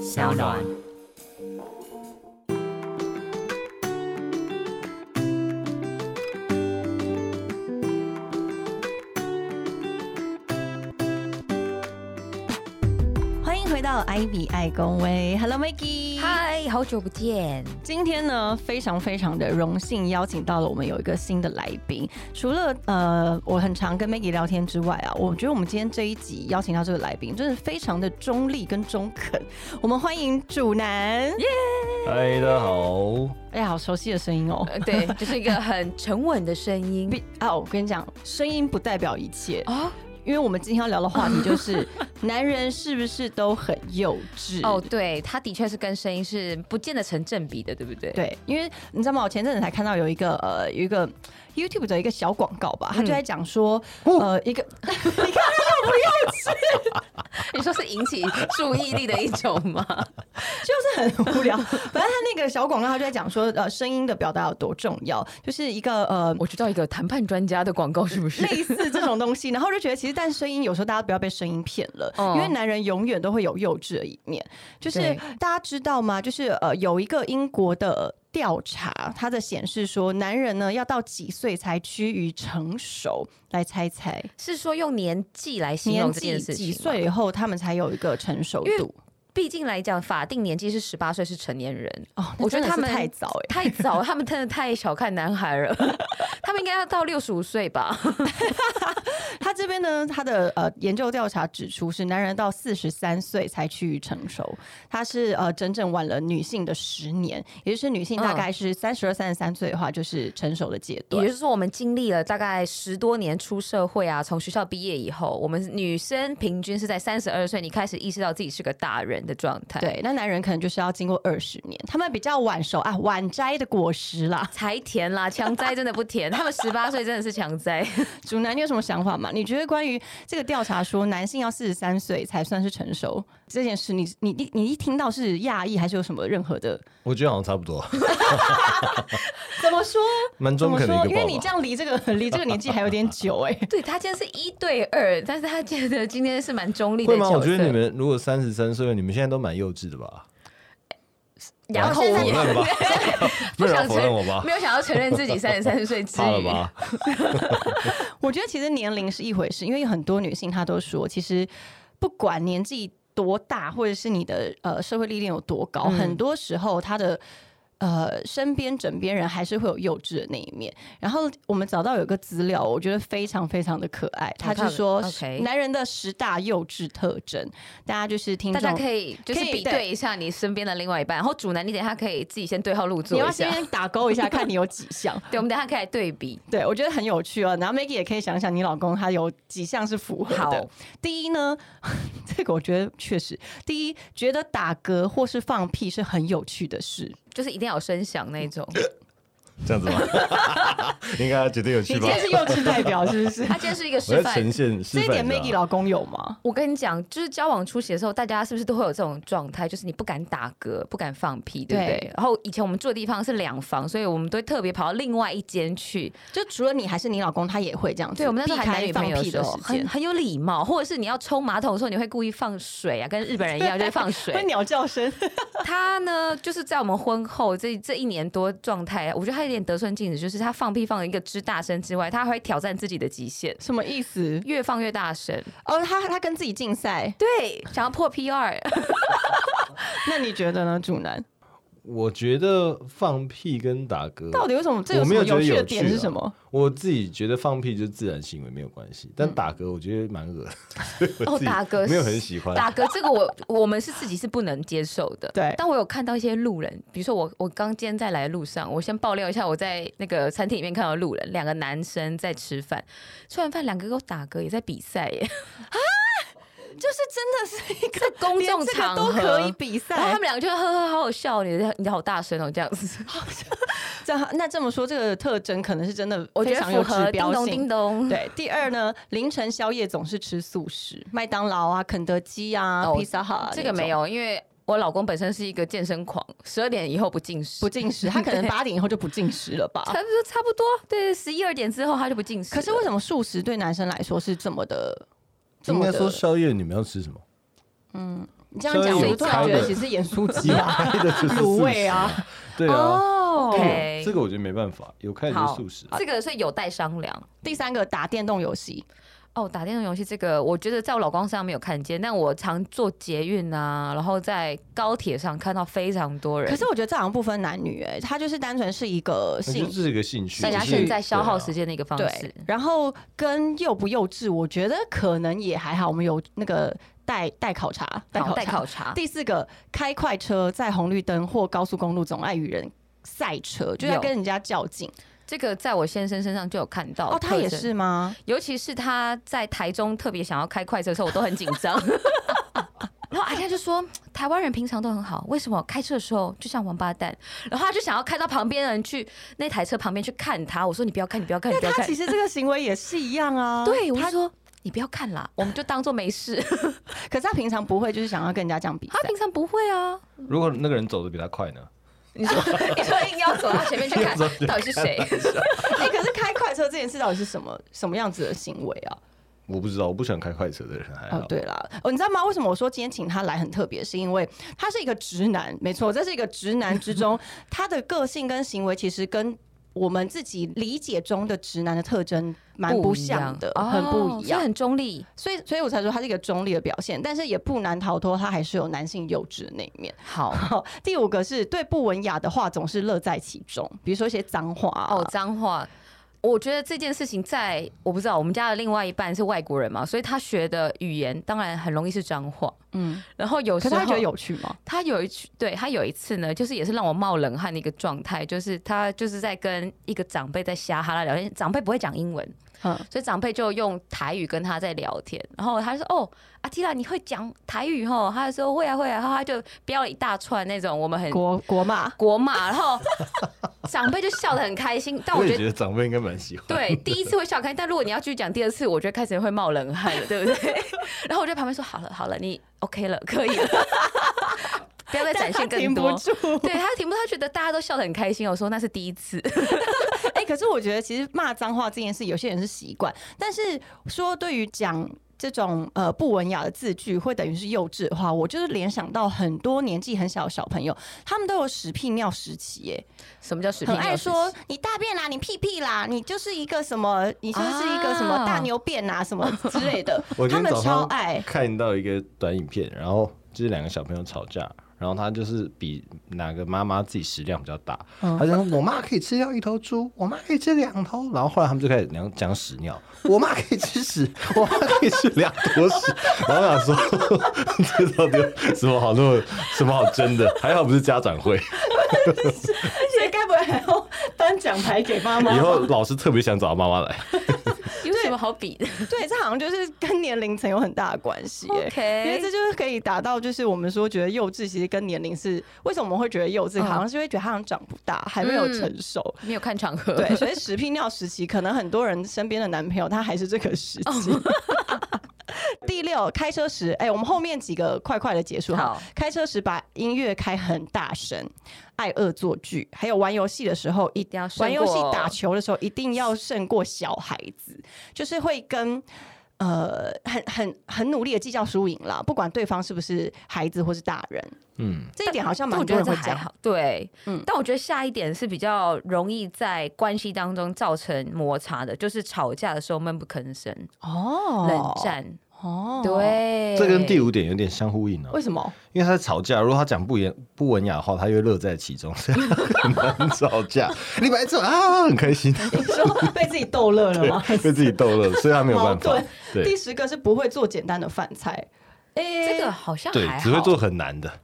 小暖。 欢迎回到艾比爱公威 ，Hello Maggie， 嗨，好久不见。 今天呢，非常非常的荣幸邀请到了我们有一个新的来宾。除了我很常跟 Maggie 聊天之外啊，我觉得我们今天这一集邀请到这个来宾，真的非常的中立跟中肯。我们欢迎主男，耶！ 嗨，大家好。 哎呀，好熟悉的声音哦。 对，就是一个很沉稳的声音。 我跟你讲，声音不代表一切啊。 因为我们今天要聊的话题就是男人是不是都很幼稚？ 哦，对，他的确是跟声音是不见得成正比的，对不对？ 对，因为你知道吗？我前阵子才看到有一个 YouTube 的一个小广告吧，他就在讲说，一个你看他那么不幼稚， 你说是引起注意力的一种吗？ 就是很无聊。反正他那个小广告，他就在讲说，声音的表达有多重要，就是一个我知道一个谈判专家的广告是不是类似这种东西？然后就觉得其实，但声音有时候大家不要被声音骗了，因为男人永远都会有幼稚的一面。就是大家知道吗？就是有一个英国的调查，它的显示说，男人呢要到几岁才趋于成熟？来猜猜， 是说用年纪来形容这件事情？ 几岁以后他们才有一个成熟度？ 毕竟来讲，法定年纪是18岁是成年人哦， 我觉得他们太早太早，他们真的太小看男孩了。他们应该要到65岁吧？ 他这边呢，他的研究调查指出，是男人到43岁才趋于成熟，他是整整晚了女性的10年，也就是女性大概是32、33岁的话，就是成熟的阶段。 也就是说，我们经历了大概10多年出社会啊，从学校毕业以后，我们女生平均是在32岁，你开始意识到自己是个大人的状态。 对，那男人可能就是要经过20年，他们比较晚熟啊，晚摘的果实啦， 才甜啦，强摘真的不甜。他们18岁真的是强摘。 主男，你有什么想法吗？你觉得关于这个调查说男性要43岁才算是成熟这件事，你一听到是讶异，还是有什么任何的？ 我觉得好像差不多。 怎么说？ 蛮中肯的一个报告。 因为你这样离这个年纪还有点久哎。 对，他今天是1对2，但是他觉得今天是蛮中立的角色。 会吗？我觉得你们如果33岁，你们现在都蛮幼稚的吧？ 哑口无言吧？不想否认我吧？ 没有想要承认自己33岁之余。 怕了吧？ 我觉得其实年龄是一回事，因为很多女性她都说，其实不管年纪多大，或者是你的社会历练有多高，很多时候她的身边枕边人还是会有幼稚的那一面。然后我们找到有一个资料，我觉得非常非常的可爱，他就说男人的10大幼稚特征，大家就是听众大家可以就是比对一下你身边的另外一半，然后主男你等一下可以自己先对号入座一下， 你要先打勾一下，看你有几项。 对，我们等一下可以来对比。 对，我觉得很有趣哦。然后 Maggie 也可以想想，你老公他有几项是符合的。第一呢，这个我觉得确实，第一，觉得打嗝或是放屁是很有趣的事。 就是一定要有声响那种， 这样子吗？应该绝对有趣吧？ 你今天是幼稚代表是不是？ 他今天是一个示范， 呈现这一点 Maggie 老公有吗？ 我跟你讲，就是交往初期的时候，大家是不是都会有这种状态？就是你不敢打嗝，不敢放屁，对不对？然后以前我们住的地方是2房，所以我们都会特别跑到另外一间去。 就除了你还是你老公，他也会这样子。 对，我们那时候还男女朋友的时候，很有礼貌，或者是你要冲马桶的时候，你会故意放水啊，跟日本人一样，就是放水， 会鸟叫声。 他呢，就是在我们婚后这1年多状态，我觉得他有点得寸进尺，就是他放屁放了一个之大声之外，他还会挑战自己的极限。 什么意思？ 越放越大声。 哦，他跟自己竞赛， 对，想要破 PR。 那你觉得呢，主男？ 我觉得放屁跟打嗝到底为什么？这有什么有趣的点是什么？ 我自己觉得放屁就是自然行为没有关系，但打嗝我觉得蛮恶的。 哦，打嗝没有很喜欢。 打嗝这个我们是自己是不能接受的。 对， 但我有看到一些路人，比如说我刚今天在来的路上，我先爆料一下，我在那个餐厅里面看到路人，2个男生在吃饭，吃完饭2个给我打嗝，也在比赛耶。啊！ 就是真的是一个公众场合都可以比赛， 然后他们2个就呵呵好好笑，你好大声哦，这样子。 那这么说，这个特征可能是真的非常有指标性。 叮咚。 对，第二呢，凌晨宵夜总是吃素食，麦当劳啊、肯德基啊、披萨哈。 这个没有，因为我老公本身是一个健身狂，12点以后不进食，他可能8点以后就不进食了吧？ 差不多，对，11、2点之后他就不进食。 可是为什么素食对男生来说是这么的？ 应该说宵夜你们要吃什么？ 你这样讲，我就突然觉得其实是盐酥鸡啊，卤味啊， 对啊。 OK， 这个我觉得没办法，有开就是素食。 这个是有待商量。 第3个打电动游戏。 打电动游戏这个，我觉得在我老公身上没有看见，但我常坐捷运啊，然后在高铁上看到非常多人。 可是我觉得这好像不分男女，它就是单纯是一个兴趣， 大家现在消耗时间的一个方式。 然后跟幼不幼稚，我觉得可能也还好。我们有那个待考察。第4个开快车，在红绿灯或高速公路总爱与人赛车，就要跟人家较劲。 这个在我先生身上就有看到。 他也是吗？ 尤其是他在台中特别想要开快车的时候，我都很紧张。然后阿天就说，台湾人平常都很好，为什么开车的时候就像王八蛋？然后他就想要开到旁边的人去那台车旁边去看他。我说你不要看，你不要看，你不要看。 他其实这个行为也是一样啊。 对，我就说你不要看啦，我们就当做没事。 可是他平常不会，就是想要跟人家这样比赛。 他平常不会啊。 如果那个人走得比他快呢？ 你说硬要走到前面去看到底是谁？ 可是开快车这件事到底是什么样子的行为啊？ 我不知道，我不喜欢开快车的人还好。 对啦，你知道吗？为什么我说今天请他来很特别？是因为他是一个直男，没错，这是一个直男之中，他的个性跟行为其实跟我们自己理解中的直男的特征蛮不像的，很不一样， 很中立， 所以我才说他是一个中立的表现，但是也不难逃脱他还是有男性幼稚的那一面。 好， 第5个是对不文雅的话总是乐在其中，比如说一些脏话脏话。我觉得这件事情我不知道，我们家的另外一半是外国人嘛，所以他学的语言当然很容易是脏话。然后有时候可是他觉得有趣吗？ 他有一次呢，就是也是让我冒冷汗的一个状态，就是他就是在跟一个长辈在瞎哈拉聊天，长辈不会讲英文。所以长辈就用台语跟他在聊天，然后他就说：“阿提拉，你会讲台语吼？”他就说：“会啊，会啊。”然后他就标了一大串那种我们很国骂， 然后长辈就笑得很开心。但我觉得长辈应该蛮喜欢。 对，第一次会笑开心，但如果你要继续讲第2次，我觉得开始会冒冷汗了，对不对？然后我就在旁边说：“好了，你 OK 了，可以了。”不要再展现更多。对，他停不住，他觉得大家都笑得很开心。我说那是第1次。 可是我觉得其实骂脏话这件事，有些人是习惯，但是说对于讲这种不文雅的字句会等于是幼稚的话，我就是联想到很多年纪很小的小朋友，他们都有屎屁尿时期耶。 什么叫屎屁尿时期？ 很爱说你大便啦，你屁屁啦，你就是一个什么，你就是一个什么大牛便啊什么之类的。他们超爱。 看到一个短影片，然后就是2个小朋友吵架。然后他就是比哪个妈妈自己食量比较大，他就说我妈可以吃掉1头猪，我妈可以吃2头，然后后来他们就开始讲屎尿，我妈可以吃屎，我妈可以吃2坨屎，然后我想说这到底有什么好争的？还好不是家长会。 所以该不会还要颁奖牌给妈妈？ 以后老师特别想找妈妈来。 有什么好比的？ 对，这好像就是跟年龄层有很大的关系。 OK， 因为这就是可以达到，就是我们说觉得幼稚，其实跟年龄是为什么我们会觉得幼稚，好像是会觉得他好像长不大，还没有成熟， 没有看场合。 对，所以屎屁尿时期，可能很多人身边的男朋友他还是这个时期。第6，开车时，我们后面几个快的结束哈。开车时把音乐开很大声，爱恶作剧，还有玩游戏的时候一定要玩游戏打球的时候一定要胜过小孩子，就是会跟很努力的计较输赢啦，不管对方是不是孩子或是大人。这一点好像蛮多人会讲。 对，但我觉得下一点是比较容易在关系当中造成摩擦的，就是吵架的时候闷不吭声，冷战。对， 这跟第5点有点相呼应啊。 为什么？ 因为他在吵架，如果他讲不文雅的话，他就会乐在其中，所以很难吵架。你本来这很开心， 你说被自己逗乐了吗？ 被自己逗乐，所以他没有办法。 对，第10个是不会做简单的饭菜。 这个好像还好， 只会做很难的。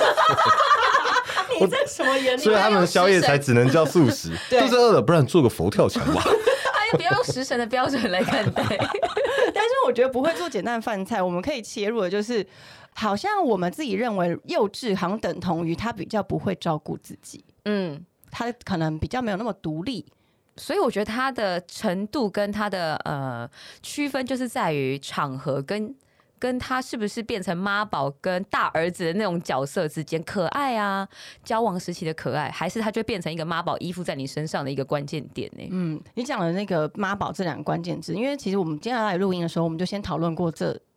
你这什么原理？ 所以他们宵夜才只能叫素食，肚子饿了，不然做个佛跳墙吧。 不要用食神的标准来看待。 但是我觉得不会做简单的饭菜，我们可以切入的就是，好像我们自己认为幼稚，好像等同于他比较不会照顾自己，他可能比较没有那么独立。 所以我觉得他的程度跟他的区分，就是在于场合跟他是不是变成妈宝跟大儿子的那种角色之间，可爱啊，交往时期的可爱，还是他就变成一个妈宝依附在你身上的一个关键点呢？ 你讲的那个妈宝这2个关键字，因为其实我们接下来录音的时候，我们就先讨论过这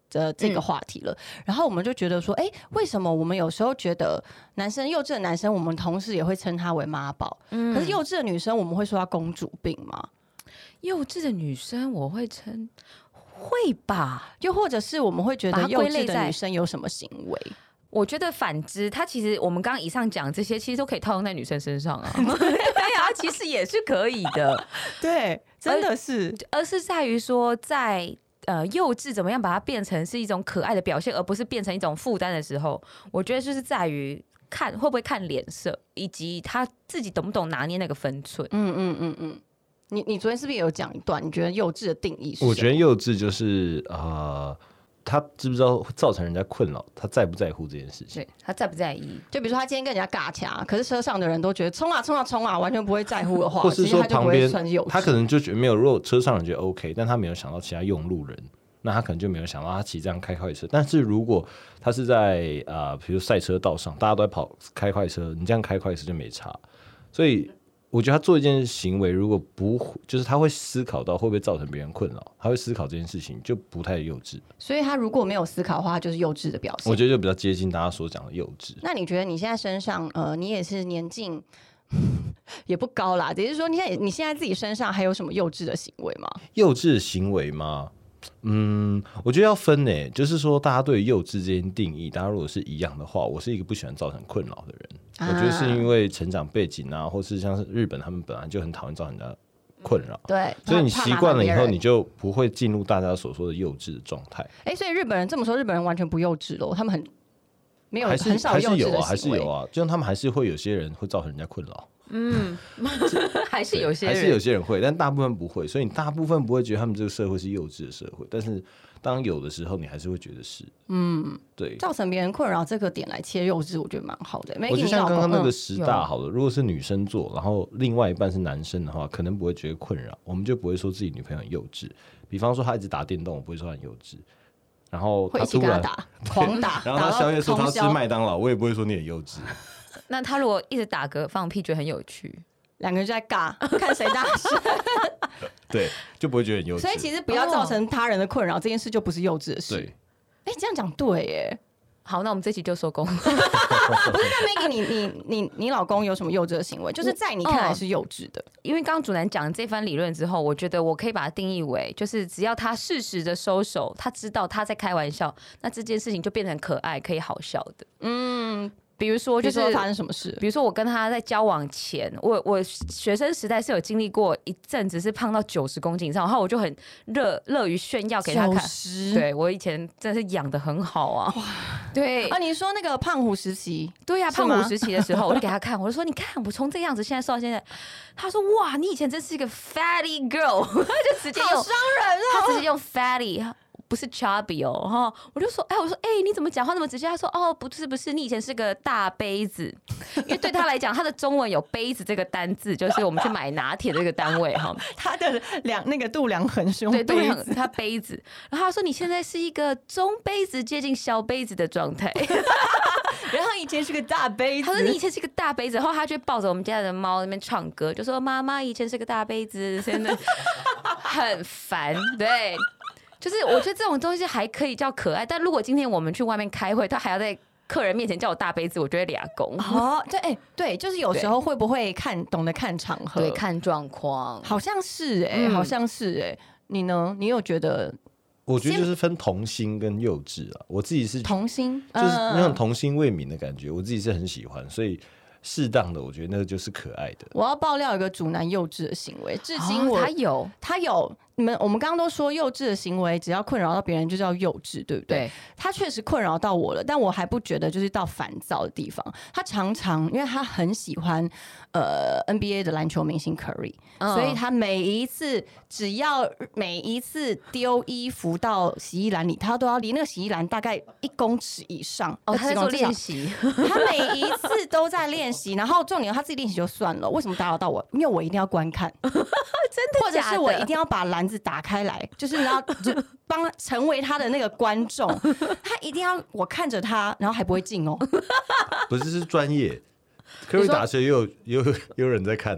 这个话题了。然后我们就觉得说，为什么我们有时候觉得幼稚的男生，我们同事也会称他为妈宝，可是幼稚的女生，我们会说她公主病吗？ 幼稚的女生，我会称会吧， 又或者是我们会觉得幼稚的女生有什么行为？ 我觉得反之，它其实我们刚刚以上讲这些，其实都可以套用在女生身上啊。对啊，其实也是可以的。 对，真的是， 而是在于说在。幼稚怎么样把它变成是一种可爱的表现，而不是变成一种负担的时候，我觉得就是在于看会不会看脸色，以及他自己懂不懂拿捏那个分寸。 你昨天是不是也有讲一段？你觉得幼稚的定义是什么？ 我觉得幼稚就是他知不知道会造成人家困扰，他在不在乎这件事情？ 对，他在不在意？ 就比如说他今天跟人家尬掐，可是车上的人都觉得冲啊冲啊冲啊，完全不会在乎的话， 或是说旁边他可能就觉得没有，如果车上人觉得 OK， 但他没有想到其他用路人，那他可能就没有想到他骑这样开快车。但是如果他是在比如赛车道上，大家都在开快车，你这样开快车就没差。所以我觉得他做一件行为，如果不就是他会思考到会不会造成别人困扰，他会思考这件事情，就不太幼稚。 所以他如果没有思考的话，就是幼稚的表现。 我觉得就比较接近大家所讲的幼稚。 那你觉得你现在身上，你也是年近也不高啦，只是说你现在自己身上还有什么幼稚的行为吗？ 幼稚的行为吗？我觉得要分呢，就是说大家对于幼稚这件定义，大家如果是一样的话，我是一个不喜欢造成困扰的人。我觉得是因为成长背景啊，或是像是日本，他们本来就很讨厌造成人家困扰， 对， 所以你习惯了以后，你就不会进入大家所说的幼稚的状态。 所以日本人这么说，日本人完全不幼稚咯，他们没有很少幼稚的行为， 还是有啊，就像他们还是会有些人会造成人家困扰。 还是有些人会，但大部分不会，所以你大部分不会觉得他们这个社会是幼稚的社会，但是当有的时候，你还是会觉得是，对， 造成别人困扰这个点来切幼稚，我觉得蛮好的。 我就像刚刚那个10大好了，如果是女生做，然后另外一半是男生的话，可能不会觉得困扰，我们就不会说自己女朋友很幼稚。比方说他一直打电动，我不会说他很幼稚。然后他突然狂打， 然后他宵夜说他吃麦当劳，我也不会说你很幼稚。 那他如果一直打嗝放屁，觉得很有趣， 两个人就在尬，看谁大声， 对，就不会觉得很幼稚。 所以其实不要造成他人的困扰，这件事就不是幼稚的事。对，这样讲对耶。 好，那我们这期就收工。不是， 那 Maggie， 你老公有什么幼稚的行为？就是在你看来是幼稚的。 因为刚刚主男讲这番理论之后，我觉得我可以把它定义为，就是只要他适时的收手，他知道他在开玩笑，那这件事情就变成可爱、可以好笑的。比如说就是发生什么事？ 比如说我跟他在交往前，我学生时代是有经历过一阵子是胖到90公斤以上，然后我就很乐于炫耀给他看。对，我以前真的是养得很好啊。对啊，你说那个胖虎时期？ 对呀，胖虎时期的时候，我就给他看，我就说你看我从这个样子现在瘦到现在。他说哇，你以前真是一个 fatty girl， 他就直接用好伤人啊， 他直接用 fatty。不是 chubby 哦，我就说，我说，你怎么讲话那么直接？他说，不是，你以前是个大杯子，因为对他来讲，他的中文有杯子这个单字，就是我们去买拿铁的这个单位哈。 他的那个度量衡是用杯子， 他杯子。然后他说，你现在是一个中杯子接近小杯子的状态。 然后以前是个大杯子， 他说你以前是个大杯子，然后他就抱着我们家的猫那边唱歌，就说妈妈以前是个大杯子，现在很烦，对。就是我觉得这种东西还可以叫可爱，但如果今天我们去外面开会，他还要在客人面前叫我大杯子，我觉得俩公。 对，就是有时候会不会懂得看场合， 对，看状况， 好像是好像是你呢？你有觉得？ 我觉得就是分童心跟幼稚啊。我自己是童心， 就是那种童心未泯的感觉，我自己是很喜欢，所以。适当的，我觉得那个就是可爱的。 我要爆料一个主男幼稚的行为，至今他有，我们刚刚都说幼稚的行为，只要困扰到别人就叫幼稚，对不对？他确实困扰到我了，但我还不觉得就是到烦躁的地方。他常常，因为他很喜欢NBA 的篮球明星 Curry，所以他每一次丢衣服到洗衣篮里，他都要离那个洗衣篮大概1公尺以上。 他在做练习， 他每一次都在练习。然后重点他自己练习就算了，为什么打扰到我？因为我一定要观看， 真的或者是我一定要把篮子打开来，就是要成为他的那个观众，他一定要我看着他，然后还不会进哦。 不是专业，Curry 打球也有人在看啊。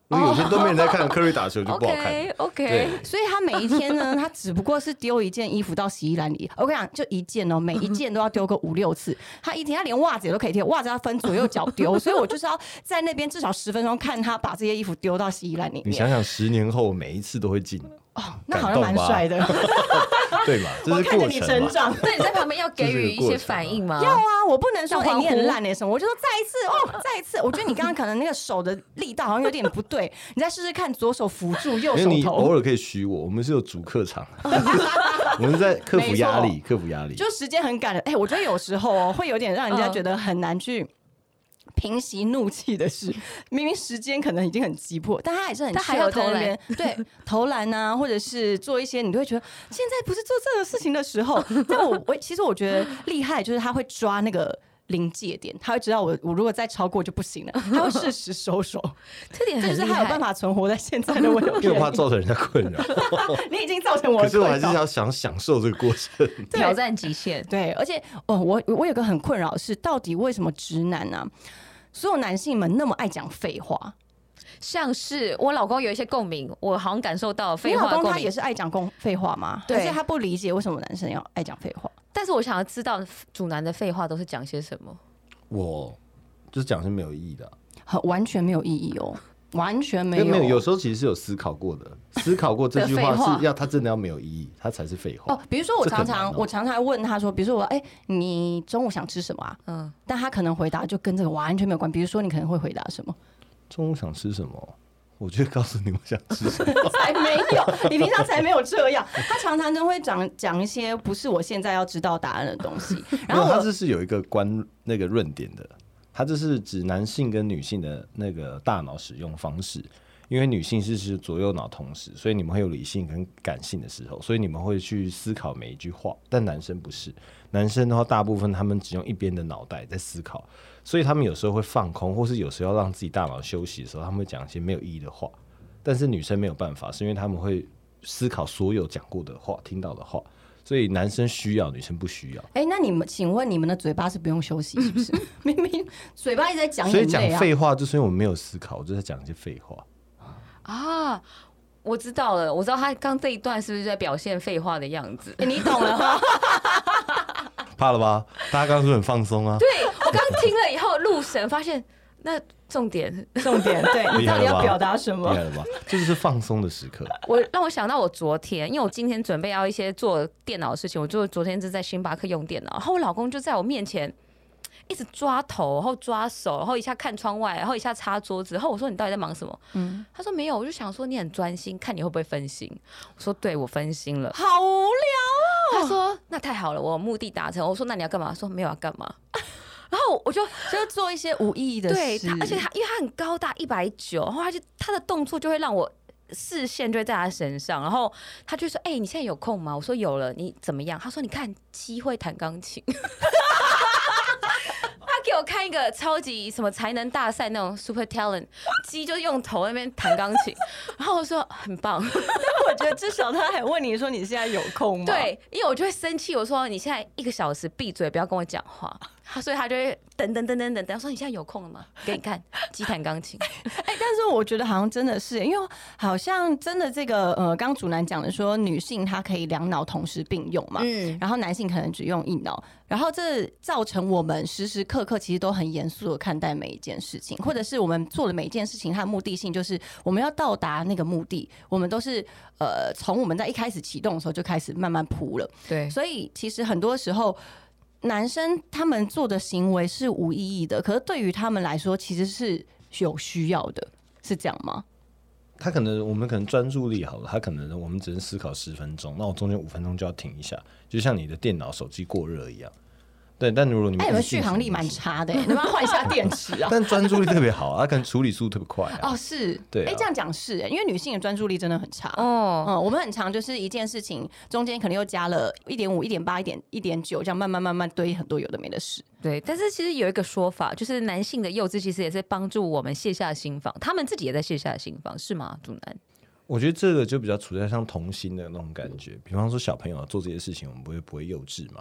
因为有些都没人在看，科瑞打球就不好看。 OK， 所以他每一天呢，他只不过是丢一件衣服到洗衣篮里。我跟你讲，就一件哦，每一件都要丢个5、6次。他一天，他连袜子也都可以丢，袜子要分左右脚丢，所以我就是要在那边至少10分钟看他把这些衣服丢到洗衣篮里面。 你想想，10年后每一次都会进。 那好像蛮帅的， 对嘛？这是过程嘛。我看着你成长， 那你在旁边要给予一些反应吗？ 要啊，我不能说你很烂什么，我就说再一次再一次。我觉得你刚刚可能那个手的力道好像有点不对，你再试试看，左手扶住，右手头。 因为你偶尔可以虚我们是有主客场，我们在克服压力， 就时间很赶的。我觉得有时候会有点让人家觉得很难去平息怒气的事，明明时间可能已经很急迫，但他还是很还要投篮， 对，投篮啊，或者是做一些你都会觉得现在不是做这个事情的时候。但其实我觉得厉害就是他会抓那个临界点，他会知道我如果再超过就不行了，他会适时收手。 这点很厉害， 就是他有办法存活在现在的我， 因为我怕造成人家困扰。 你已经造成我的困扰， 可是我还是要想享受这个过程， 挑战极限。 对，而且我有个很困扰是，到底为什么直男啊？所有男性们那么爱讲废话， 像是我老公有一些共鸣，我好像感受到废话共鸣。 你老公他也是爱讲废话吗？对，而且他不理解为什么男生要爱讲废话。 但是我想要知道主男的废话都是讲些什么。 我就是讲些没有意义的， 完全没有意义哦，完全没有。 有时候其实是有思考过的，思考过这句话是要他真的要没有意义，他才是废话。 哦，比如说我常常问他说，比如说你中午想吃什么啊？但他可能回答就跟这个完全没有关。比如说你可能会回答什么？ 中午想吃什么？我就会告诉你我想吃什么。 才没有，你平常才没有这样。他常常都会讲一些不是我现在要知道答案的东西。然后他这是有一个那个论点的，他这是指男性跟女性的那个大脑使用方式。因为女性是左右脑同时，所以你们会有理性跟感性的时候，所以你们会去思考每一句话。但男生不是，男生的话大部分他们只用一边的脑袋在思考，所以他们有时候会放空，或是有时候要让自己大脑休息的时候，他们会讲一些没有意义的话。但是女生没有办法，是因为他们会思考所有讲过的话、听到的话，所以男生需要，女生不需要。 那请问你们的嘴巴是不用休息是不是？明明嘴巴一直在讲， 所以讲废话就是因为我们没有思考，我就在讲一些废话。 啊，我知道了，我知道他刚这一段是不是在表现废话的样子？ 你懂了哈？ 怕了吧？大家刚刚是不是很放松啊？ 对，我刚听了以后入神，发现那重点， 对，你到底要表达什么？ 厉害了吧？这就是放松的时刻。 让我想到我昨天，因为我今天准备要一些做电脑的事情，我就昨天是在星巴克用电脑，然后我老公就在我面前一直抓头，然后抓手，然后一下看窗外，然后一下擦桌子，然后我说你到底在忙什么？他说没有，我就想说你很专心，看你会不会分心。我说对，我分心了， 好无聊哦。他说那太好了，我目的达成。我说那你要干嘛？说没有要干嘛。然后我就做一些无意义的事， 对，而且因为他很高大190，然后他的动作就会让我视线就会在他身上，然后他就说你现在有空吗？我说有了，你怎么样？他说你看鸡会弹钢琴。给我看一个超级什么才能大赛那种 super talent， 鸡就用头那边弹钢琴，然后我说很棒。但我觉得至少他还问你说你现在有空吗？ 对，因为我就会生气，我说你现在1个小时闭嘴，不要跟我讲话。所以他就会等，说你现在有空了吗？给你看鸡弹钢琴。 但是我觉得好像真的是，因为好像真的这个刚主男讲的说女性她可以2脑同时并用嘛，然后男性可能只用1脑，然后这造成我们时时刻刻其实都很严肃的看待每一件事情，或者是我们做的每一件事情，它的目的性就是我们要到达那个目的，我们都是从我们在一开始启动的时候就开始慢慢铺了。 对， 所以其实很多时候男生他们做的行为是无意义的，可是对于他们来说其实是有需要的，是这样吗？ 我们可能专注力好了，他可能我们只能思考10分钟，那我中间5分钟就要停一下，就像你的电脑、手机过热一样。对，但如果你们续航力蛮差的，你们要换一下电池啊。 但专注力特别好，他可能处理速度特别快啊。 是， 对， 这样讲是，因为女性的专注力真的很差。我们很常就是一件事情中间可能又加了1.5、1.8、1.9，这样慢慢堆很多有的没的事。 对，但是其实有一个说法，就是男性的幼稚其实也是帮助我们卸下心防，他们自己也在卸下心防，是吗？主男？ 我觉得这个就比较处在像童心的那种感觉，比方说小朋友做这些事情，我们不会幼稚嘛。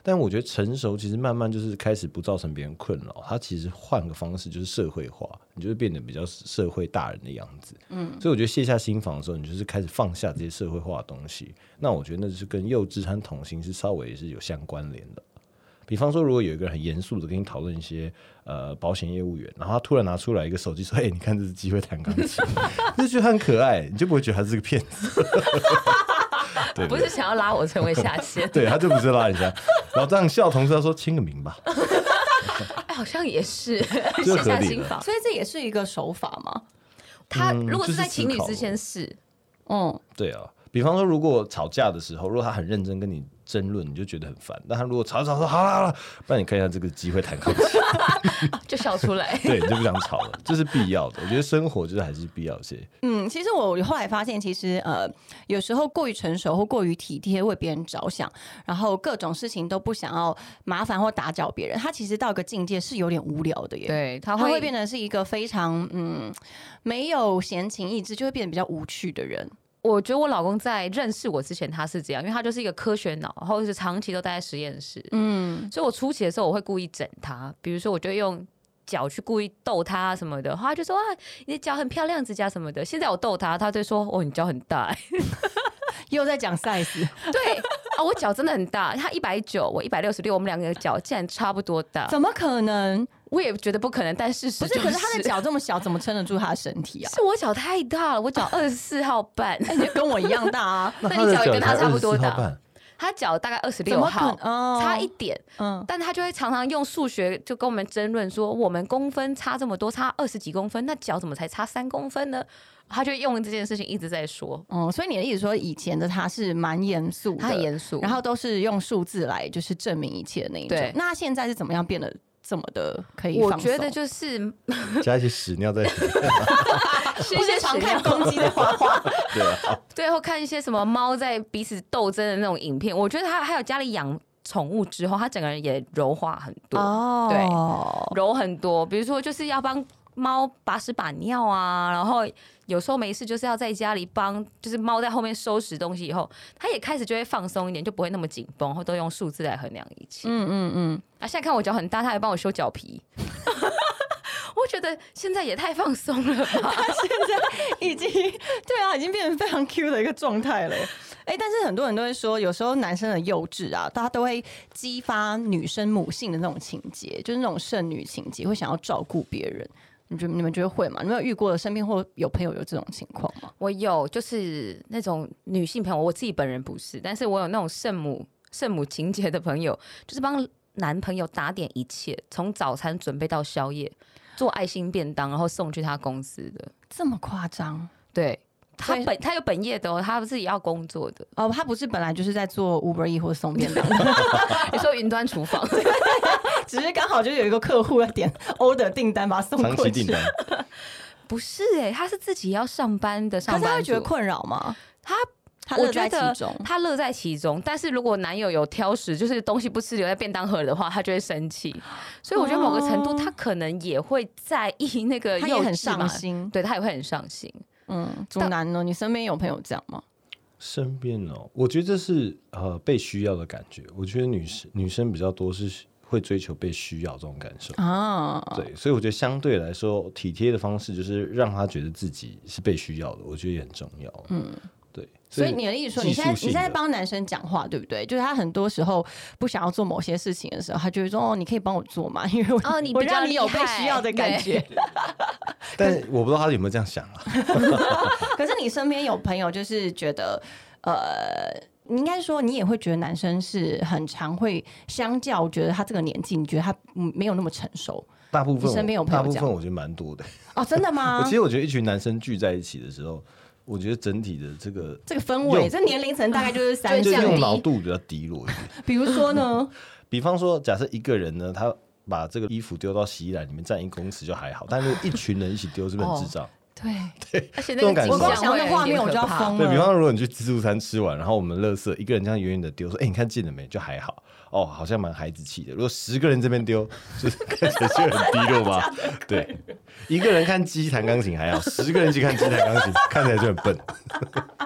但我觉得成熟其实慢慢就是开始不造成别人困扰，它其实换个方式就是社会化，你就会变得比较社会大人的样子。所以我觉得卸下心防的时候，你就是开始放下这些社会化的东西。那我觉得那就是跟幼稚和童心是稍微是有相关联的。比方说，如果有一个人很严肃的跟你讨论一些保险业务员，然后他突然拿出来一个手机说：“你看这是机会弹钢琴。”你就觉得很可爱，你就不会觉得他是个骗子。对， 不是想要拉我成为下线。 对，他就不是拉人家，然后这样笑，同事他说签个名吧。 好像也是卸下心防， 所以这也是一个手法嘛。 他如果是在情侣之间是， 对啊。比方说，如果吵架的时候，如果他很认真跟你争论，你就觉得很烦。但他如果吵说好了，不然你看一下这个机会弹钢琴， 就笑出来。 对，你就不想吵了，这是必要的。我觉得生活就是还是必要些。 其实我后来发现，其实有时候过于成熟或过于体贴，为别人着想，然后各种事情都不想要麻烦或打搅别人，他其实到一个境界是有点无聊的耶。 对， 他会变成是一个非常没有闲情逸致，就会变得比较无趣的人。 我觉得我老公在认识我之前他是这样，因为他就是一个科学脑，然后是长期都待在实验室，所以我初期的时候我会故意整他，比如说我就用脚去故意逗他什么的，他就说你的脚很漂亮，指甲什么的。现在我逗他，他就说你脚很大。 又在讲 size。 对我脚真的很大，他190，我166，我们2个脚竟然差不多大， 怎么可能？ 我也觉得不可能，但事实不是。可是他的脚这么小，怎么撑得住他的身体啊？ 是我脚太大了，我脚24号半， 你就跟我一样大啊。 那你脚也跟他差不多大。他脚大概26号，差一点，但他就会常常用数学就跟我们争论说，我们公分差这么多，差20几公分，那脚怎么才差3公分呢？他就用这件事情一直在说。 所以你的意思说，以前的他是蛮严肃的， 他很严肃， 然后都是用数字来就是证明一切的那一种。对，那现在是怎么样变得这么的可以放松？ 我觉得就是加一些屎尿在里面， 一些常看公鸡的画画， 对，或看一些什么猫在彼此斗争的那种影片。我觉得他还有家里养宠物之后，他整个人也柔化很多。对，柔很多。比如说，就是要帮猫把屎把尿啊，然后有时候没事就是要在家里帮，就是猫在后面收拾东西以后，他也开始就会放松一点，就不会那么紧绷，或都用数字来衡量一切。现在看我脚很大，他还帮我修脚皮。我觉得现在也太放松了吧！ 他现在已经已经变成非常 Q 的一个状态了。但是很多人都会说，有时候男生的幼稚啊，大家都会激发女生母性的那种情节，就是那种剩女情节，会想要照顾别人。你们觉得会吗？你们有遇过的身边或有朋友有这种情况吗？ 我有，就是那种女性朋友，我自己本人不是，但是我有那种圣母情节的朋友，就是帮男朋友打点一切，从早餐准备到宵夜，做爱心便当，然后送去他公司的。 这么夸张？ 对。他有本业的他自己要工作的他不是本来就是在做 Uber Eats 或送便当的。 你说云端厨房， 只是刚好就有一个客户要点 order 订单，把它送过去。 长期订单不是他是自己要上班的上班族。 可是他会觉得困扰吗？ 我觉得他乐在其中，但是如果男友有挑食，就是东西不吃留在便当盒的话，他就会生气。所以我觉得某个程度，他可能也会在意那个幼稚嘛， 他也很伤心， 对他也会很伤心。 竹南呢？你身边有朋友这样吗？ 身边我觉得这是被需要的感觉。我觉得女生比较多是会追求被需要这种感受啊。对，所以我觉得相对来说，体贴的方式就是让他觉得自己是被需要的，我觉得也很重要。对。 所以你的意思说，你现在帮男生讲话，对不对？就是他很多时候不想要做某些事情的时候，他就会说：“你可以帮我做嘛，因为我让你有被需要的感觉。” 但我不知道他有没有这样想啊。 可是你身边有朋友就是觉得，你应该说你也会觉得男生是很常会相较觉得他这个年纪，你觉得他没有那么成熟。 大部分身边有朋友大部分我觉得蛮多的。 真的吗？ 其实我觉得一群男生聚在一起的时候，我觉得整体的这个氛围，这年龄层大概就是3 就用脑度比较低落一点。 比如说呢？ 比方说，假设一个人呢，他把这个衣服丢到洗衣篮里面占1公尺就还好，但如果一群人一起丢，是不是很智障？ 对，而且这种感觉， 我光想那画面我就要疯了。 对，比方说，如果你去自助餐吃完，然后我们垃圾一个人这样远远的丢，说：“你看进了没？”就还好。好像蛮孩子气的。如果10个人这边丢，就是看起来就很低落吧？对，一个人看鸡弹钢琴还好，10个人一起看鸡弹钢琴，看起来就很笨。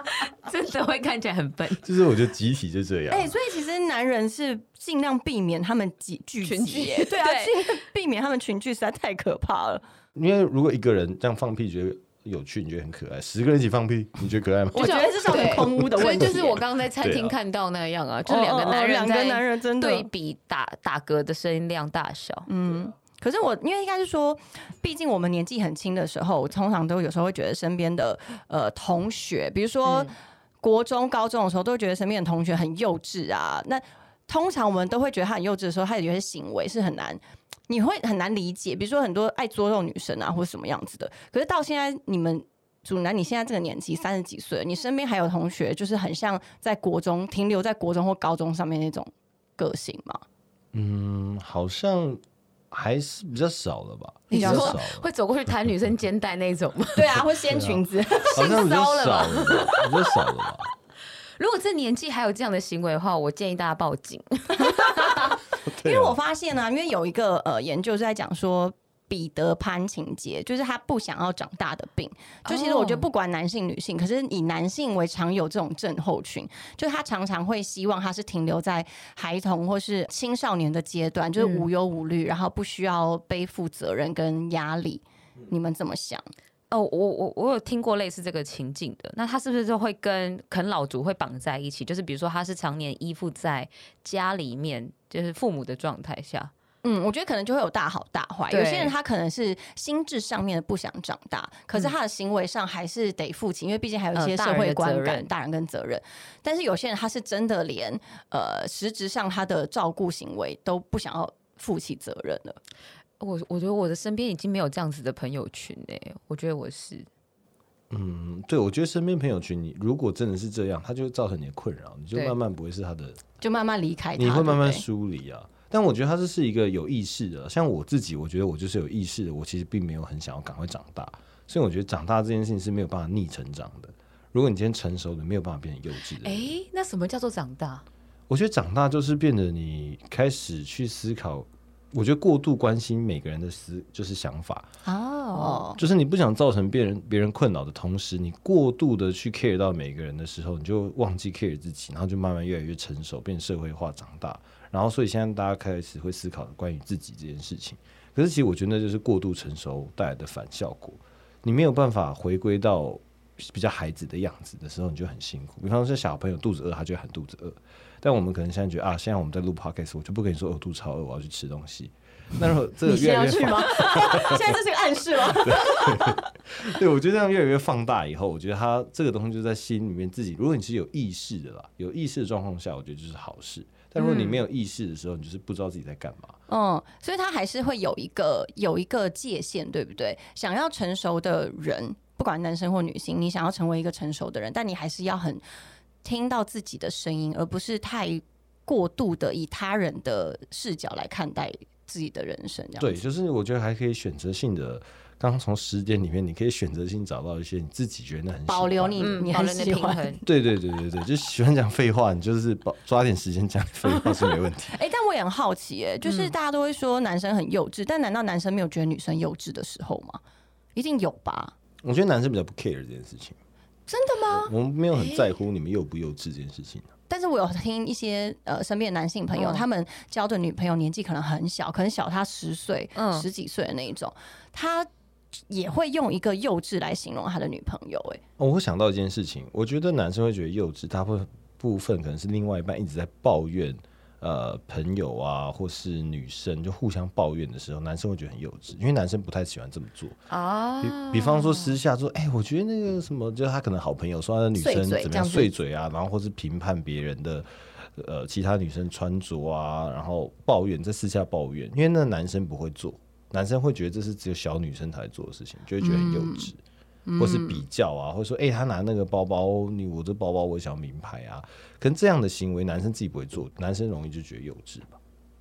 真的会看起来很笨。 就是我觉得集体就这样。 所以其实男人是尽量避免他们聚群聚， 对啊，尽量避免他们群聚，实在太可怕了。 因为如果一个人这样放屁觉得有趣，你觉得很可爱；10个人一起放屁，你觉得可爱吗？ 我觉得是造成空污的问题。 所以就是我刚刚在餐厅看到那样啊，就两个男人在对比打嗝的声音量大小。 可是因为应该是说，毕竟我们年纪很轻的时候，我通常都有时候会觉得身边的同学，比如说国中、高中的时候，都会觉得身边的同学很幼稚啊。那通常我们都会觉得他很幼稚的时候，他有些行为是你会很难理解。比如说很多爱捉弄女生啊，或者什么样子的。可是到现在，主男，你现在这个年纪30几岁，你身边还有同学，就是很像在国中停留在国中或高中上面那种个性吗？ 好像还是比较少了吧。 你说会走过去弹女生肩带那种吗？ 对啊，会掀裙子， 好像比较少了吧，比较少了吧。 如果这年纪还有这样的行为的话，我建议大家报警。 因为我发现因为有一个研究是在讲说彼得潘情节，就是他不想要长大的病。就其实我觉得不管男性女性，可是以男性为常有这种症候群，就是他常常会希望他是停留在孩童或是青少年的阶段，就是无忧无虑，然后不需要背负责任跟压力。你们怎么想？ 我有听过类似这个情境的，那他是不是就会跟啃老族会绑在一起？就是比如说他是常年依附在家里面，就是父母的状态下。 我觉得可能就会有大好大坏。有些人他可能是心智上面的不想长大，可是他的行为上还是得负起，因为毕竟还有一些社会观感、大人跟责任。但是有些人他是真的连实质上他的照顾行为都不想要负起责任了。 我觉得我的身边已经没有这样子的朋友群我觉得我是。 对，我觉得身边朋友群，你如果真的是这样，他就会造成你的困扰，你就慢慢不会是他的， 就慢慢离开他， 你会慢慢疏离啊。但我觉得他是一个有意识的，像我自己，我觉得我就是有意识的，我其实并没有很想要赶快长大，所以我觉得长大这件事情是没有办法逆成长的。如果你今天成熟的，没有办法变成幼稚的。 那什么叫做长大？ 我觉得长大就是变得你开始去思考。我觉得过度关心每个人的就是想法就是你不想造成别人困扰的同时，你过度的去 care 到每个人的时候，你就忘记 care 自己，然后就慢慢越来越成熟，变社会化长大。然后所以现在大家开始会思考关于自己这件事情。可是其实我觉得那就是过度成熟带来的反效果，你没有办法回归到比较孩子的样子的时候，你就很辛苦。比方说小朋友肚子饿，他就会喊肚子饿。但我们可能现在觉得现在我们在录 podcast， 我就不跟你说肚子超饿，我要去吃东西。那如果这个越来越你现在要去吗？现在这是个暗示吗？ 对，我觉得这样越来越放大以后，我觉得他这个东西就在心里面自己。如果你是有意识的啦，有意识的状况下，我觉得就是好事。但如果你没有意识的时候，你就是不知道自己在干嘛。 所以他还是会有一个界限，对不对？想要成熟的人，不管男生或女性，你想要成为一个成熟的人，但你还是要很听到自己的声音，而不是太过度的以他人的视角来看待自己的人生。 对，就是我觉得还可以选择性的，刚刚从10点里面，你可以选择性找到一些你自己觉得很喜欢， 保留你很喜欢。 对，就喜欢讲废话，你就是抓点时间讲废话是没问题。 但我也很好奇，就是大家都会说男生很幼稚，但难道男生没有觉得女生幼稚的时候吗？一定有吧？ 我觉得男生比较不 care 这件事情。 真的吗？ 我们没有很在乎你们幼不幼稚这件事情。 但是我有听一些身边的男性朋友，他们交的女朋友年纪可能很小，可能小他10岁、10几岁的那一种，他也会用一个幼稚来形容他的女朋友。 我会想到一件事情，我觉得男生会觉得幼稚，大部分可能是另外一半一直在抱怨。朋友啊，或是女生就互相抱怨的时候，男生会觉得很幼稚，因为男生不太喜欢这么做比方说私下说，我觉得那个什么，就是他可能好朋友说他的女生怎么样碎嘴啊，然后或是评判别人的其他女生穿着啊，然后抱怨，在私下抱怨，因为那男生不会做，男生会觉得这是只有小女生才做的事情，就会觉得很幼稚。或是比较啊，或者说他拿那个包包，我这包包我想要名牌啊，可能这样的行为男生自己不会做，男生容易就觉得幼稚吧。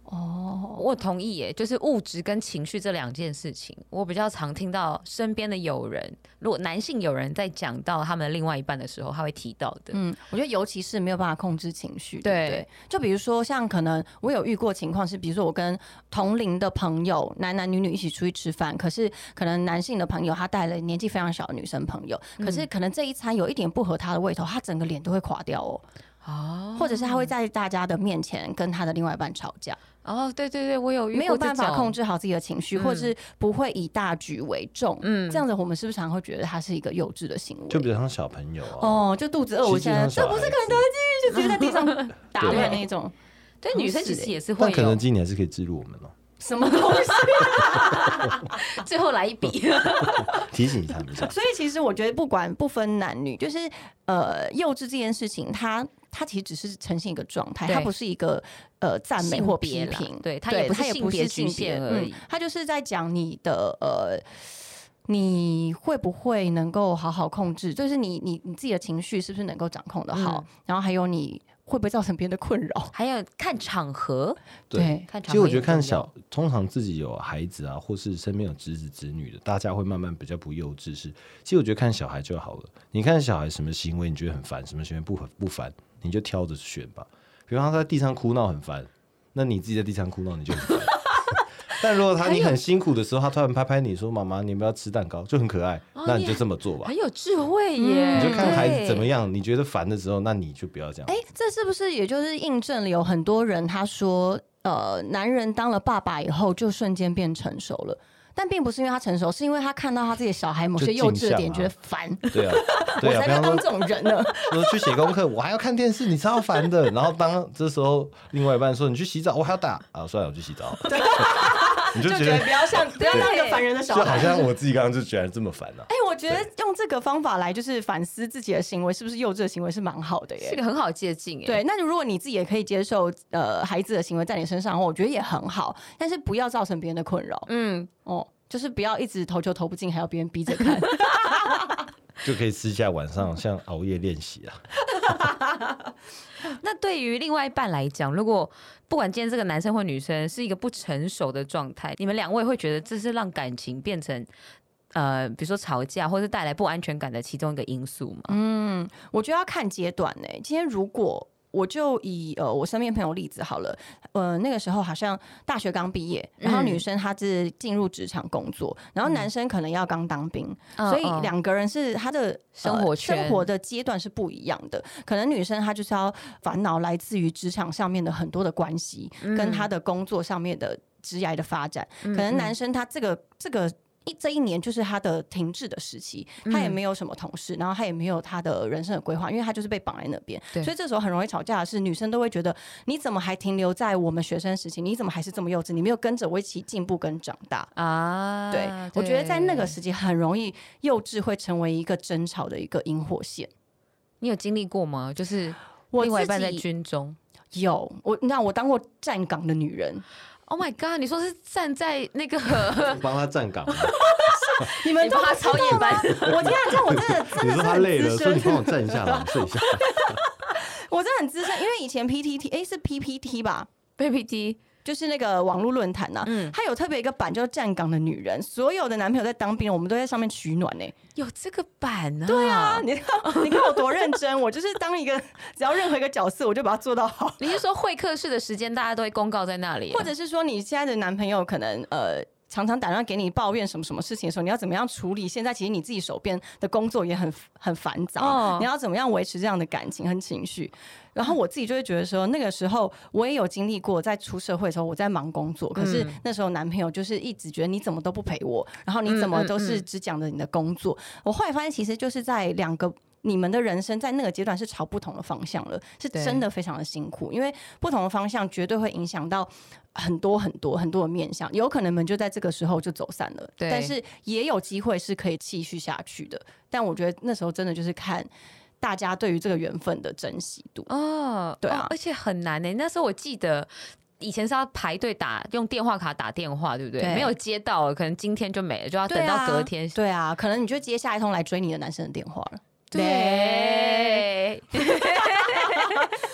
我同意耶，就是物质跟情绪这两件事情，我比较常听到身边的友人，如果男性友人在讲到他们的另外一半的时候，他会提到的。 我觉得尤其是没有办法控制情绪，对不对？就比如说像可能我有遇过情况是，比如说我跟同龄的朋友男男女女一起出去吃饭，可是可能男性的朋友他带了年纪非常小的女生朋友，可是可能这一餐有一点不合他的胃口，他整个脸都会垮掉或者是他会在大家的面前跟他的另外一半吵架。 对对对，我有遇过， 没有办法控制好自己的情绪，或者是不会以大局为重。这样子我们是不是常会觉得他是一个幼稚的行为？ 就比较像小朋友就肚子饿，我现在这不是肯德基，就直接在地上打乱那种。 对，女生其实也是会有。 但肯德基你还是可以置入我们什么东西？ 最后来一笔， 提醒他们一下。 所以其实我觉得不分男女，就是幼稚这件事情，它其实只是呈现一个状态，它不是一个赞美或批评， 对，它也不是性别局限而已， 它就是在讲你的你会不会能够好好控制，就是你自己的情绪是不是能够掌控的好，然后还有你会不会造成别人的困扰， 还有看场合。 对， 看场合。 其实我觉得通常自己有孩子啊，或是身边有侄子侄女的，大家会慢慢比较不幼稚。其实我觉得看小孩就好了。你看小孩什么行为你觉得很烦，什么行为不烦，你就挑着选吧。比方他在地上哭闹很烦，那你自己在地上哭闹你就很烦。但如果你很辛苦的时候，他突然拍拍你说：“妈妈，你要不要吃蛋糕？”就很可爱，那你就这么做吧。 很有智慧耶！ 你就看孩子怎么样，你觉得烦的时候，那你就不要这样。 这是不是也就是印证了有很多人他说，男人当了爸爸以后就瞬间变成熟了？但并不是因为他成熟，是因为他看到他自己的小孩某些幼稚的点，觉得烦。 对啊， 我才不要当这种人呢。 说去写功课，我还要看电视，你超烦的。然后当这时候另外一半说你去洗澡，我还要打算了，我去洗澡。你就觉得不要当一个烦人的小孩， 就好像我自己刚刚就觉得这么烦啊。 我觉得用这个方法来就是反思自己的行为是不是幼稚的行为是蛮好的耶， 是个很好借鉴耶。 对，那如果你自己也可以接受孩子的行为在你身上的话，我觉得也很好，但是不要造成别人的困扰。就是不要一直投球投不进，还要别人逼着看。 就可以私下晚上像熬夜练习啊。 那对于另外一半来讲，如果不管今天这个男生或女生是一个不成熟的状态，你们两位会觉得这是让感情变成比如说吵架或是带来不安全感的其中一个因素吗？ 我觉得要看阶段呢。今天如果我就以我身边朋友例子好了，那个时候好像大学刚毕业，然后女生她是进入职场工作，然后男生可能要刚当兵，所以两个人是他的生活的阶段是不一样的。可能女生她就是要烦恼来自于职场上面的很多的关系，跟她的工作上面的职业的发展，可能男生他这一年就是他的停滞的时期，他也没有什么同事，然后他也没有他的人生的规划，因为他就是被绑在那边，所以这时候很容易吵架的是，女生都会觉得你怎么还停留在我们学生时期，你怎么还是这么幼稚，你没有跟着我一起进步跟长大啊？对，我觉得在那个时期很容易幼稚会成为一个争吵的一个引火线。 你有经历过吗？就是另外一半在军中有，我当过站岗的女人。 Oh my god！ 你说是站在那个帮他站岗， 你们帮他操夜班。 我天啊，这样我真的你说他累了，说你帮我站一下啦，睡一下。 我真的很资深，因为以前 PTT 是 PPT 吧 ，PPT 就是那个网络论坛呐，它有特别一个版叫站岗的女人，所有的男朋友在当兵，我们都在上面取暖呢。 有这个版啊？ 对啊，你看我多认真，我就是当一个只要任何一个角色，我就把它做到好。 你是说会客室的时间大家都会公告在那里， 或者是说你现在的男朋友可能常常打电话给你抱怨什么什么事情的时候，你要怎么样处理？现在其实你自己手边的工作也很烦躁，你要怎么样维持这样的感情和情绪？然后我自己就会觉得说，那个时候我也有经历过，在出社会的时候我在忙工作，可是那时候男朋友就是一直觉得你怎么都不陪我，然后你怎么都是只讲着你的工作。我后来发现，其实就是在你们的人生在那个阶段是朝不同的方向了，是真的非常的辛苦，因为不同的方向绝对会影响到很多很多很多的面向，有可能你们就在这个时候就走散了，但是也有机会是可以继续下去的。但我觉得那时候真的就是看大家对于这个缘分的珍惜度对啊， 而且很难那时候我记得。以前是要排队用电话卡打电话，对不对？没有接到，可能今天就没了，就要等到隔天。 对啊，可能你就接下一通来追你的男生的电话了。 对， 对，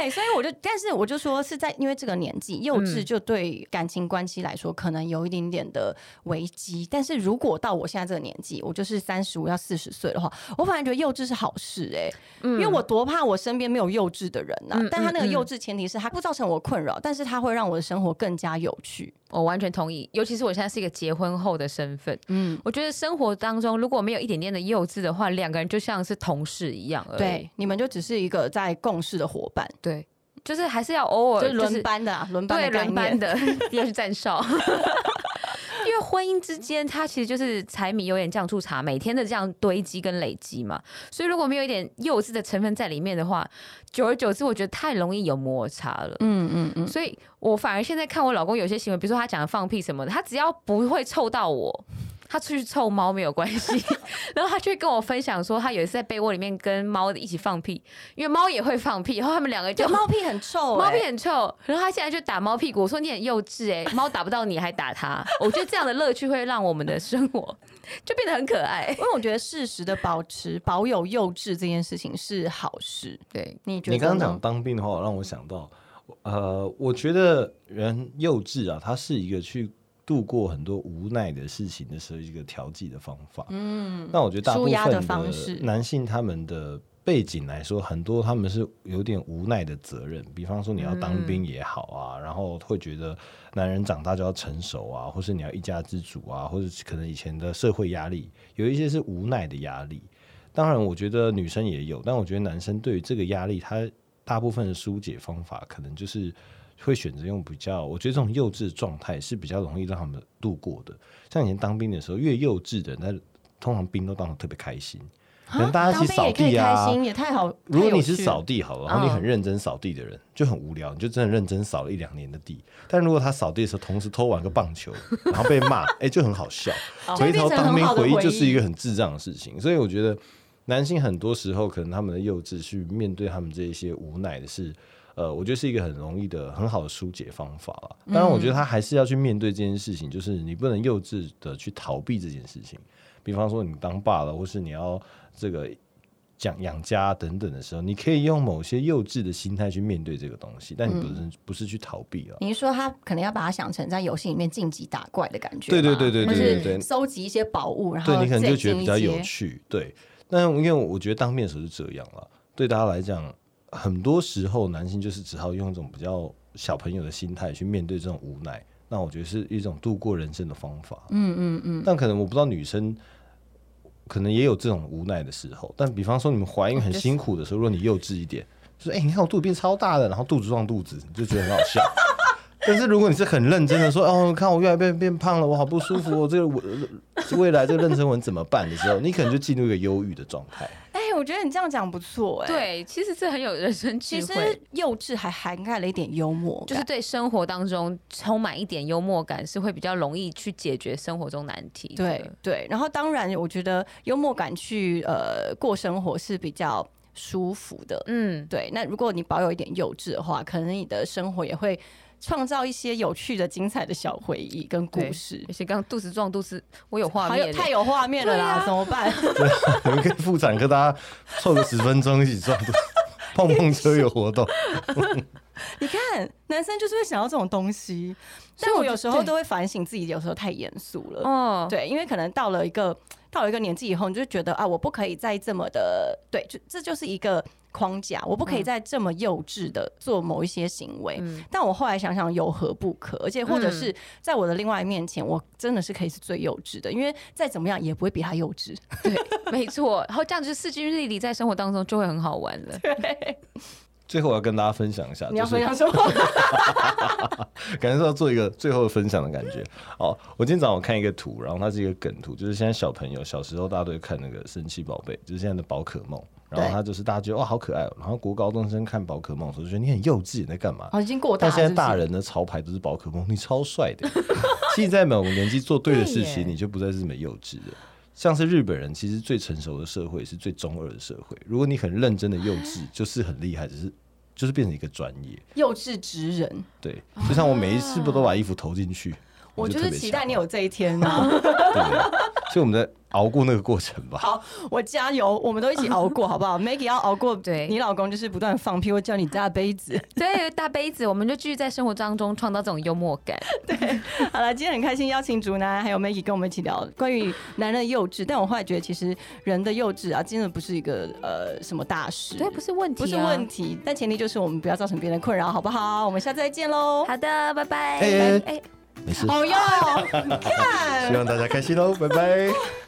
对，所以但是我就说是在因为这个年纪，幼稚就对感情关系来说可能有一点点的危机。但是如果到我现在这个年纪，我就是35要40岁的话，我反而觉得幼稚是好事因为我多怕我身边没有幼稚的人啊。但他那个幼稚前提是他不造成我困扰，但是他会让我的生活更加有趣。 我完全同意，尤其是我现在是一个结婚后的身份，我觉得生活当中如果没有一点点的幼稚的话，两个人就像是同事一样而已。 对，你们就只是一个在共事的伙伴。 对，就是还是要偶尔就是轮班的啊，轮班的概念， 对，轮班的要去站哨。因为婚姻之间，它其实就是柴米油盐酱醋茶，每天的这样堆积跟累积嘛。所以如果没有一点幼稚的成分在里面的话，久而久之，我觉得太容易有摩擦了。所以我反而现在看我老公有些行为，比如说他讲的放屁什么的，他只要不会臭到我。他出去臭猫没有关系，然后他就会跟我分享说，他有一次在被窝里面跟猫一起放屁，因为猫也会放屁，然后他们两个就猫屁很臭， 猫屁很臭，然后他现在就打猫屁股，我说你很幼稚猫打不到你还打他，我觉得这样的乐趣会让我们的生活就变得很可爱， 因为我觉得适时的保有幼稚这件事情是好事。对，你觉得？ 你刚刚讲当兵的话，让我想到，我觉得人幼稚啊，它是一个去度过很多无奈的事情的时候一个调剂的方法。那我觉得大部分的男性他们的背景来说，很多他们是有点无奈的责任，比方说你要当兵也好啊，然后会觉得男人长大就要成熟啊，或是你要一家之主啊，或者可能以前的社会压力，有一些是无奈的压力。当然我觉得女生也有，但我觉得男生对于这个压力，他大部分的疏解方法可能就是会选择用比较，我觉得这种幼稚的状态是比较容易让他们度过的。像以前当兵的时候，越幼稚的人，那通常兵都当得特别开心，可能大家一起扫地啊， 也太好。 如果你是扫地好了，然后你很认真扫地的人，就很无聊，你就真的认真扫了1-2年的地。但如果他扫地的时候同时偷玩个棒球，然后被骂，就很好笑。回头当兵回忆就是一个很智障的事情。所以我觉得男性很多时候可能他们的幼稚去面对他们这一些无奈的事。我觉得是一个很容易的、很好的疏解方法啦。当然，我觉得他还是要去面对这件事情，就是你不能幼稚的去逃避这件事情。比方说，你当爸了，或是你要这个养家等等的时候，你可以用某些幼稚的心态去面对这个东西，但你不是去逃避了。 你是说他可能要把它想成在游戏里面晋级打怪的感觉？ 对， 就是收集一些宝物，然后对你可能就觉得比较有趣。对，但因为我觉得当兵的时候是这样了，对大家来讲。很多时候男性就是只好用一种比较小朋友的心态去面对这种无奈，那我觉得是一种度过人生的方法。但可能我不知道女生可能也有这种无奈的时候，但比方说你们怀孕很辛苦的时候，如果你幼稚一点，就说你看我肚子变超大的，然后肚子撞肚子，你就觉得很好笑。但是如果你是很认真的说，看我越来越变胖了，我好不舒服，我这个未来这个妊娠纹怎么办的时候，你可能就进入一个忧郁的状态。 我觉得你这样讲不错对，其实这很有人生智慧。 其实幼稚还涵盖了一点幽默感， 就是对生活当中充满一点幽默感，是会比较容易去解决生活中难题。 对，然后当然我觉得幽默感去过生活是比较舒服的。对。那如果你保有一点幼稚的话，可能你的生活也会创造一些有趣的、精彩的小回忆跟故事。 而且刚刚肚子撞肚子，我有画面， 太有画面了啦，怎么办？ 我们可以妇产科大家凑个10分钟一起撞肚子，碰碰车有活动。 你看，男生就是会想要这种东西，但我有时候都会反省自己，有时候太严肃了。对，因为可能到了一个年纪以后，你就觉得我不可以再这么的，对，这就是一个框架，我不可以再这么幼稚的做某一些行为。但我后来想想，有何不可？而且或者是在我的另外面前，我真的是可以是最幼稚的，因为再怎么样也不会比他幼稚。 对，没错。然后这样子势均力敌，在生活当中就会很好玩了。 对。 最后我要跟大家分享一下， 你要分享什么？ 感觉是要做一个最后的分享的感觉。我今天早上我看一个图，然后它是一个梗图，就是现在小朋友小时候大家都会看那个神奇宝贝，就是现在的宝可梦，然后它就是大家觉得好可爱然后国高中生看宝可梦的时候就觉得你很幼稚，你在干嘛？ 已经过大了。 但现在大人的潮牌都是宝可梦，你超帅的。其实在某个年纪做对的事情，你就不再是这么幼稚的。像是日本人，其实最成熟的社会是最中二的社会。如果你很认真的幼稚，就是很厉害，就是变成一个专业。 幼稚职人。对， 就像我每一次不都把衣服投进去， 我就是期待你有这一天啊。 对， 所以我们在熬过那个过程吧。 好，我加油，我们都一起熬过，好不好？Maggie 要熬过， 对， 你老公就是不断放屁，或叫你大杯子， 对，大杯子，我们就继续在生活当中创造这种幽默感。 对，好了，今天很开心邀请竹南还有 Maggie 跟我们一起聊关于男人的幼稚，但我后来觉得其实人的幼稚啊，真的不是一个什么大事， 对，不是问题， 不是问题，但前提就是我们不要造成别人困扰，好不好？我们下次再见喽。 好的，拜拜。 没事。 哦哟，看， 希望大家开心喽，拜拜。